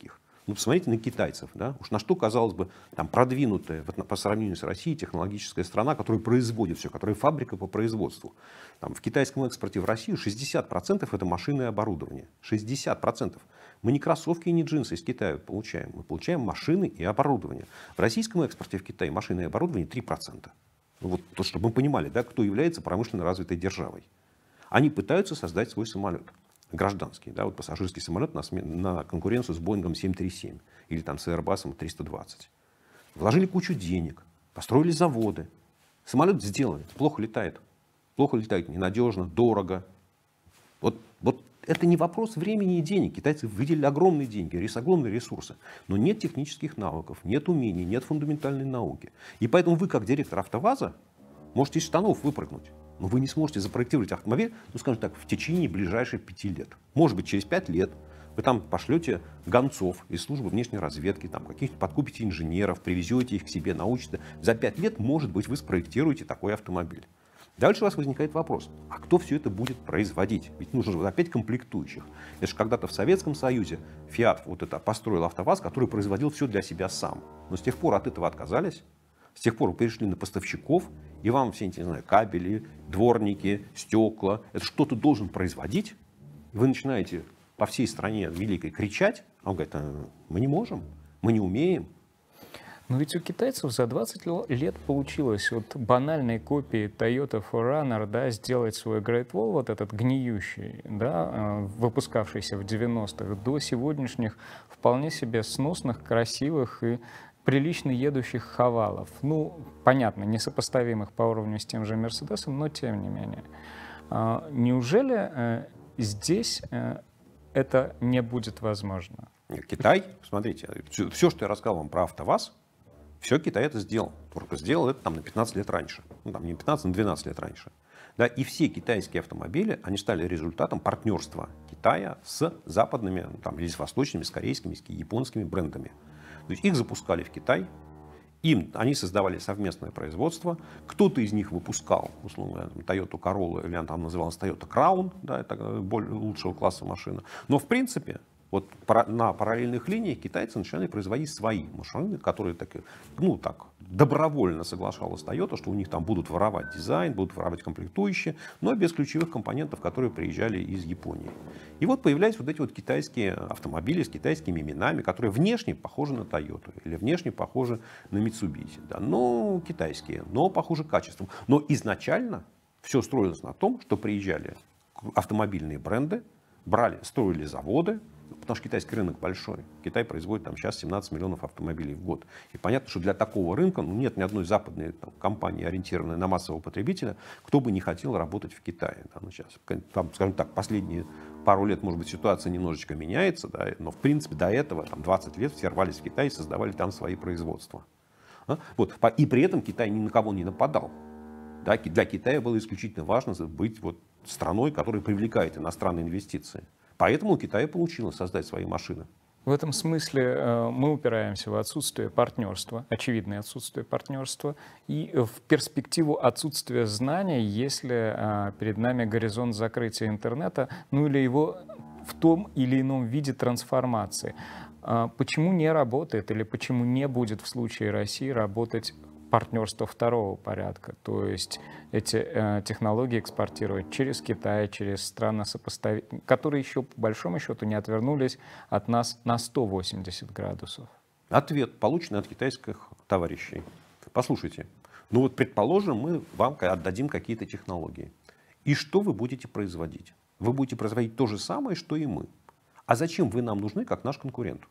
Ну, посмотрите на китайцев, да? Уж на что, казалось бы, там продвинутая по сравнению с Россией технологическая страна, которая производит все, которая фабрика по производству. Там, в китайском экспорте в Россию 60% это машины и оборудование. 60%. Мы не кроссовки и не джинсы из Китая получаем. Мы получаем машины и оборудование. В российском экспорте в Китай машины и оборудование 3%. Ну, вот то, чтобы мы понимали, да, кто является промышленно развитой державой. Они пытаются создать свой самолет. Гражданский, да, вот пассажирский самолет на конкуренцию с Боингом 737 или там с Airbus 320. Вложили кучу денег, построили заводы. Самолет сделали, плохо летает. Плохо летает, ненадежно, дорого. Вот это не вопрос времени и денег. Китайцы выделили огромные деньги, огромные ресурсы. Но нет технических навыков, нет умений, нет фундаментальной науки. И поэтому вы, как директор АвтоВАЗа, можете из штанов выпрыгнуть. Но вы не сможете запроектировать автомобиль, ну, скажем так, в течение ближайших 5 лет. Может быть, через 5 лет вы там пошлете гонцов из службы внешней разведки, там, каких-то подкупите инженеров, привезете их к себе, научите. За 5 лет, может быть, вы спроектируете такой автомобиль. Дальше у вас возникает вопрос, а кто все это будет производить? Ведь нужно опять комплектующих. Это же когда-то в Советском Союзе Фиат вот это построил АвтоВАЗ, который производил все для себя сам. Но с тех пор от этого отказались. С тех пор вы перешли на поставщиков, и вам все эти, не знаю, кабели, дворники, стекла, это что-то должен производить. И вы начинаете по всей стране великой кричать, а он говорит, мы не можем, мы не умеем. Но ведь у китайцев за 20 лет получилось от банальной копии Toyota 4Runner, да, сделать свой Great Wall, вот этот гниющий, да, выпускавшийся в 90-х, до сегодняшних вполне себе сносных, красивых и прилично едущих хавалов. Ну, понятно, несопоставимых по уровню с тем же Мерседесом, но тем не менее. Неужели здесь это не будет возможно? Китай, смотрите, все, что я рассказал вам про АвтоВАЗ, все Китай это сделал. Только сделал это там на 15 лет раньше. Ну, там не 15, на 12 лет раньше. Да, и все китайские автомобили, они стали результатом партнерства Китая с западными, там, или с восточными, с корейскими, с японскими брендами. То есть их запускали в Китай, они создавали совместное производство, кто-то из них выпускал, условно, Toyota Corolla, или она там называлась Toyota Crown, да, это более лучшего класса машина. Но в принципе, вот на параллельных линиях китайцы начали производить свои машины, которые так добровольно соглашалась Toyota, что у них там будут воровать дизайн, будут воровать комплектующие, но без ключевых компонентов, которые приезжали из Японии. И вот появлялись вот эти вот китайские автомобили с китайскими именами, которые внешне похожи на Toyota или внешне похожи на Mitsubishi. Да, но китайские, но похожи качеством. Но изначально все строилось на том, что приезжали автомобильные бренды, строили заводы, потому что китайский рынок большой. Китай производит там сейчас 17 миллионов автомобилей в год. И понятно, что для такого рынка нет ни одной западной компании, ориентированной на массового потребителя, кто бы не хотел работать в Китае. Да, ну, сейчас, там, скажем так, последние пару лет, может быть, ситуация немножечко меняется, да, но в принципе до этого, там, 20 лет, все рвались в Китай и создавали там свои производства. Вот. И при этом Китай ни на кого не нападал. Да, для Китая было исключительно важно быть вот страной, которая привлекает иностранные инвестиции. Поэтому у Китая получилось создать свои машины. В этом смысле мы упираемся в отсутствие партнерства, очевидное отсутствие партнерства, и в перспективу отсутствия знаний, если перед нами горизонт закрытия интернета, ну или его в том или ином виде трансформации. Почему не работает или почему не будет в случае России работать партнерство второго порядка, то есть эти технологии экспортировать через Китай, через страны сопоставительные, которые еще по большому счету не отвернулись от нас на 180 градусов? Ответ, полученный от китайских товарищей. Послушайте, ну вот предположим, мы вам отдадим какие-то технологии. И что вы будете производить? Вы будете производить то же самое, что и мы. А зачем вы нам нужны, как наш конкурент?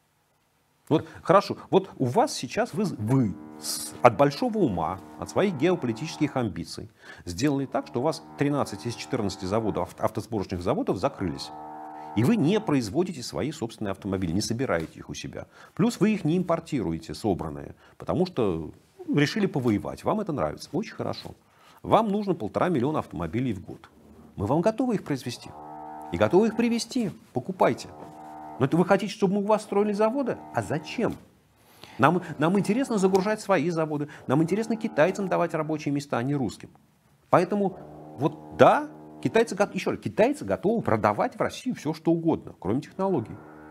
Вот хорошо, вот у вас сейчас вы от большого ума, от своих геополитических амбиций сделали так, что у вас 13 из 14 заводов, автосборочных заводов закрылись. И вы не производите свои собственные автомобили, не собираете их у себя. Плюс вы их не импортируете собранные, потому что решили повоевать. Вам это нравится. Очень хорошо. Вам нужно 1,5 миллиона автомобилей в год. Мы вам готовы их произвести. И готовы их привезти. Покупайте. Но это вы хотите, чтобы мы у вас строили заводы? А зачем? Нам интересно загружать свои заводы. Нам интересно китайцам давать рабочие места, а не русским. Поэтому вот да, китайцы готовы продавать в Россию все, что угодно, кроме технологий.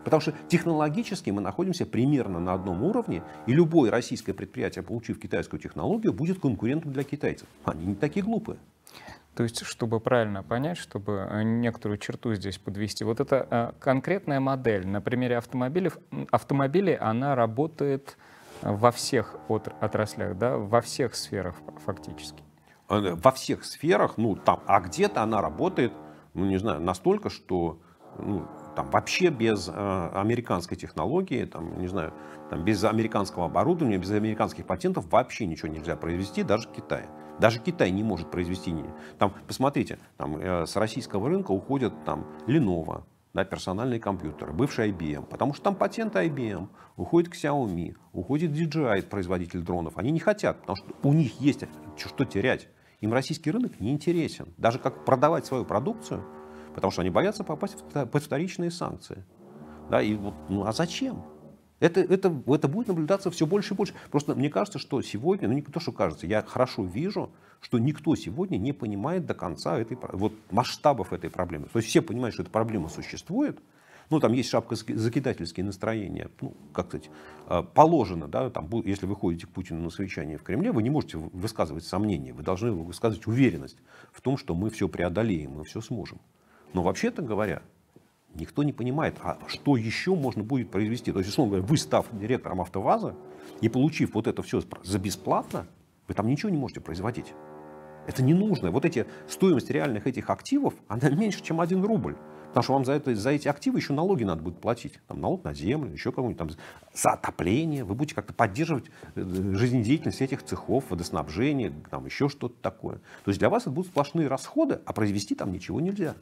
Потому что технологически мы находимся примерно на одном уровне, и любое российское предприятие, получив китайскую технологию, будет конкурентом для китайцев. Они не такие глупые. То есть, чтобы правильно понять, чтобы некоторую черту здесь подвести, вот эта конкретная модель на примере автомобилей, она работает во всех отраслях, да, во всех сферах фактически. Во всех сферах, ну, там, а где-то она работает, ну, не знаю, настолько, что, ну, там, вообще без американской технологии, там, не знаю, там, без американского оборудования, без американских патентов вообще ничего нельзя произвести, даже Китай. Даже Китай не может произвести. Там, посмотрите, там, с российского рынка уходят там, Lenovo, да, персональные компьютеры, бывший IBM, потому что там патенты IBM, уходит к Xiaomi, уходит DJI, производитель дронов. Они не хотят, потому что у них есть что терять. Им российский рынок не интересен. Даже как продавать свою продукцию, потому что они боятся попасть под вторичные санкции. Да, и вот, ну а зачем? Это будет наблюдаться все больше и больше. Просто мне кажется, что сегодня, ну не то, что кажется, я хорошо вижу, что никто сегодня не понимает до конца вот, масштабов этой проблемы. То есть все понимают, что эта проблема существует. Ну, там есть шапкозакидательские настроения. Ну, как сказать, положено, да, там, если вы ходите к Путину на совещание в Кремле, вы не можете высказывать сомнения. Вы должны высказывать уверенность в том, что мы все преодолеем, мы все сможем. Но вообще-то говоря, никто не понимает, а что еще можно будет произвести. То есть, условно говоря, вы, став директором АвтоВАЗа и получив вот это все за бесплатно, вы там ничего не можете производить. Это не нужно. Вот стоимость реальных этих активов, она меньше, чем 1 рубль. Потому что вам за эти активы еще налоги надо будет платить. Там, налог на землю, еще какой-нибудь там за отопление. Вы будете как-то поддерживать жизнедеятельность этих цехов, водоснабжение, там еще что-то такое. То есть для вас это будут сплошные расходы, а произвести там ничего нельзя.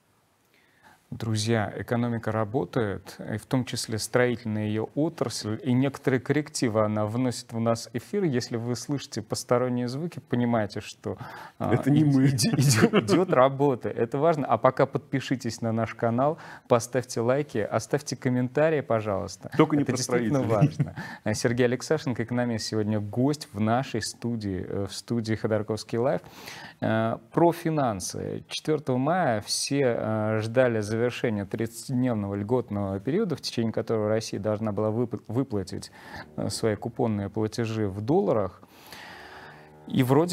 Друзья, экономика работает, и в том числе строительная ее отрасль, и некоторые коррективы она вносит в нас эфир. Если вы слышите посторонние звуки, понимаете, что это не мы. Идет работа. Это важно. А пока подпишитесь на наш канал, поставьте лайки, оставьте комментарии, пожалуйста. Только не это про действительно важно. Сергей Алексашенко, экономист, сегодня гость в нашей студии, в студии Ходорковский Лайв. Про финансы. 4 мая все ждали завершения 30-дневного льготного периода, в течение которого Россия должна была выплатить свои купонные платежи в долларах. И вроде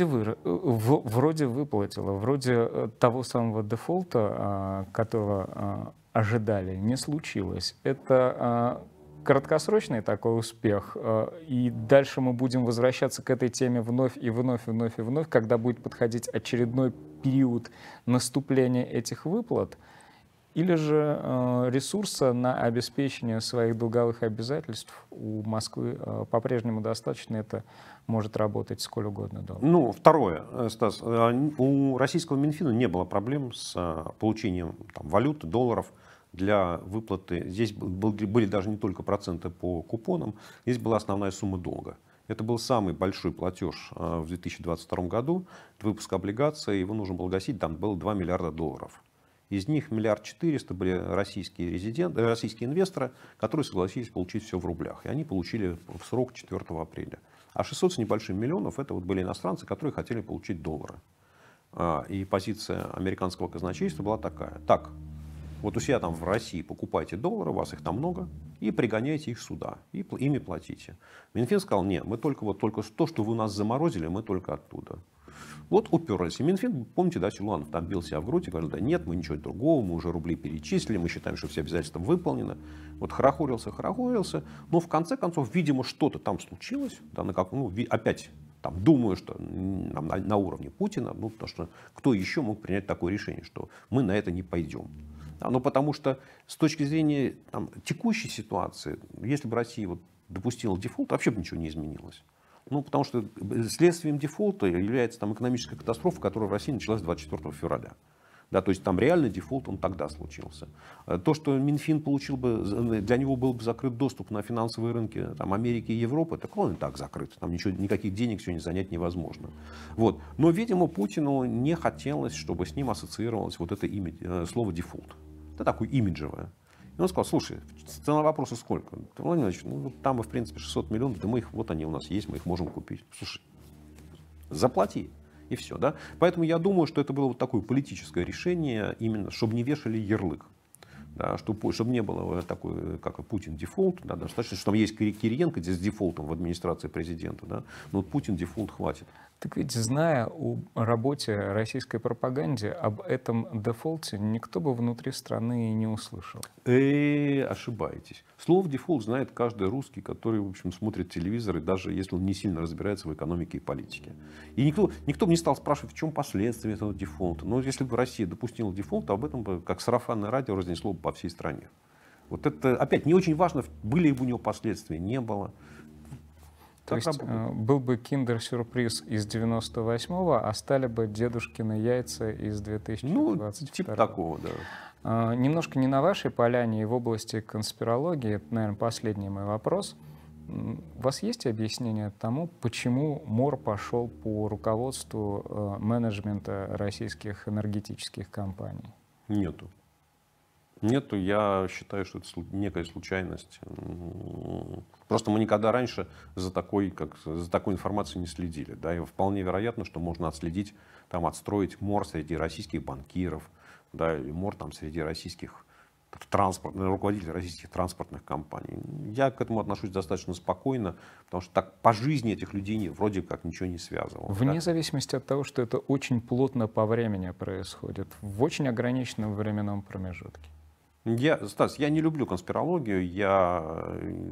выплатила, вроде того самого дефолта, которого ожидали, не случилось. Это краткосрочный такой успех, и дальше мы будем возвращаться к этой теме вновь и вновь, и вновь, и вновь, когда будет подходить очередной период наступления этих выплат, или же ресурса на обеспечение своих долговых обязательств у Москвы по-прежнему достаточно, это может работать сколь угодно долго. Ну, второе, Стас, у российского Минфина не было проблем с получением там, валюты, долларов для выплаты. Здесь были даже не только проценты по купонам, здесь была основная сумма долга. Это был самый большой платеж в 2022 году. Это выпуск облигаций, его нужно было гасить, там было 2 миллиарда долларов. Из них 1 400 000 были российские инвесторы, которые согласились получить все в рублях. И они получили в срок 4 апреля. А 600 с небольшим миллионов это вот были иностранцы, которые хотели получить доллары. И позиция американского казначейства была такая. Так, вот у себя там в России покупайте доллары, у вас их там много, и пригоняйте их сюда, и ими платите. Минфин сказал, нет, мы только то, что вы у нас заморозили, мы только оттуда. Вот уперлись. И Минфин, помните, да, Силуанов там бил себя в грудь и говорил, да нет, мы ничего другого, мы уже рубли перечислили, мы считаем, что все обязательства выполнены. Вот хорохорился, но в конце концов, видимо, что-то там случилось, да, опять там, думаю, что на уровне Путина, ну, потому что кто еще мог принять такое решение, что мы на это не пойдем. Ну, потому что с точки зрения там, текущей ситуации, если бы Россия вот, допустила дефолт, вообще бы ничего не изменилось. Ну, потому что следствием дефолта является там, экономическая катастрофа, которая в России началась 24 февраля. Да, то есть там реальный дефолт, он тогда случился. То, что Минфин получил бы, для него был бы закрыт доступ на финансовые рынки там, Америки и Европы, так он и так закрыт. Там никаких денег сегодня занять невозможно. Вот. Но, видимо, Путину не хотелось, чтобы с ним ассоциировалось вот это слово дефолт. Это такое имиджевое. И он сказал, слушай, цена вопроса сколько? Владимир Владимирович, ну там, в принципе, 600 миллионов, да мы их, вот они у нас есть, мы их можем купить. Слушай, заплати. И все, да? Поэтому я думаю, что это было вот такое политическое решение, именно, чтобы не вешали ярлык. да, чтобы не было такой, как Путин дефолт, да, достаточно, что там есть Кириенко здесь с дефолтом в администрации президента, да, но вот Путин дефолт хватит. Так ведь, зная о работе российской пропаганды, об этом дефолте никто бы внутри страны и не услышал. Ошибаетесь. Слово дефолт знает каждый русский, который, в общем, смотрит телевизор, и даже если он не сильно разбирается в экономике и политике. И никто бы не стал спрашивать, в чем последствия этого дефолта. Но если бы Россия допустила дефолт, то об этом бы, как сарафанное радио, разнесло бы по всей стране. Вот это, опять, не очень важно, были ли у него последствия, не было. То есть был бы киндер-сюрприз из 98-го, а стали бы дедушкины яйца из 2022-го. Ну, типа такого, да. Немножко не на вашей поляне и в области конспирологии, это, наверное, последний мой вопрос. У вас есть объяснение тому, почему МОР пошел по руководству менеджмента российских энергетических компаний? Нету. Нету, я считаю, что это некая случайность. Просто мы никогда раньше за такой информацией не следили. Да? И вполне вероятно, что можно отследить, там, отстроить МОР среди российских банкиров, да, или МОР там, среди российских руководителей российских транспортных компаний. Я к этому отношусь достаточно спокойно, потому что так по жизни этих людей вроде как ничего не связывало. Вне зависимости от того, что это очень плотно по времени происходит, в очень ограниченном временном промежутке. Стас, я не люблю конспирологию, я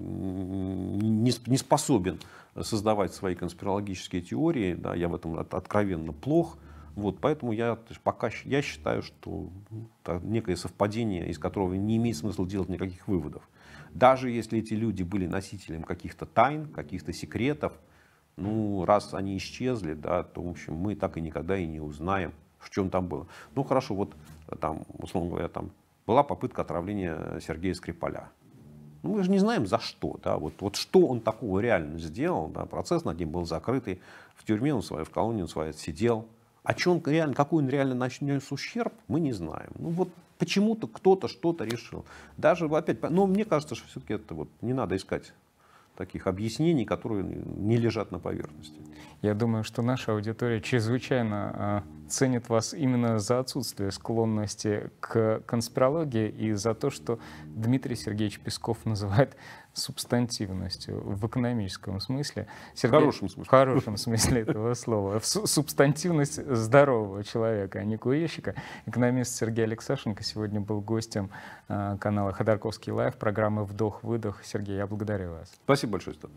не способен создавать свои конспирологические теории, да, я в этом откровенно плох. Вот, поэтому я считаю, что это некое совпадение, из которого не имеет смысла делать никаких выводов. Даже если эти люди были носителем каких-то тайн, каких-то секретов, ну, раз они исчезли, да, то, в общем, мы так и никогда и не узнаем, в чем там было. Ну, хорошо, вот там, условно говоря, там была попытка отравления Сергея Скрипаля. Ну, мы же не знаем, за что. Да? Вот что он такого реально сделал. Да? Процесс над ним был закрытый. В тюрьме в колонии он своей сидел. А какой он реально нанес ущерб, мы не знаем. Ну, вот почему-то кто-то что-то решил. Даже опять, но мне кажется, что все-таки это вот не надо искать таких объяснений, которые не лежат на поверхности. Я думаю, что наша аудитория чрезвычайно ценит вас именно за отсутствие склонности к конспирологии и за то, что Дмитрий Сергеевич Песков называет субстантивностью в экономическом смысле. В хорошем смысле. В хорошем смысле этого слова. Субстантивность здорового человека, а не курильщика. Экономист Сергей Алексашенко сегодня был гостем канала Ходорковский Лайв, программы «Вдох-выдох». Сергей, я благодарю вас. Спасибо большое, Стас.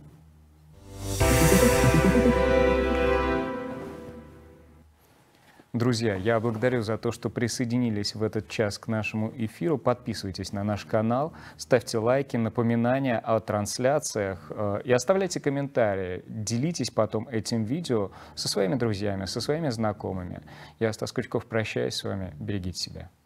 Друзья, я благодарю за то, что присоединились в этот час к нашему эфиру. Подписывайтесь на наш канал, ставьте лайки, напоминания о трансляциях и оставляйте комментарии. Делитесь потом этим видео со своими друзьями, со своими знакомыми. Я, Стас Кучков, прощаюсь с вами. Берегите себя.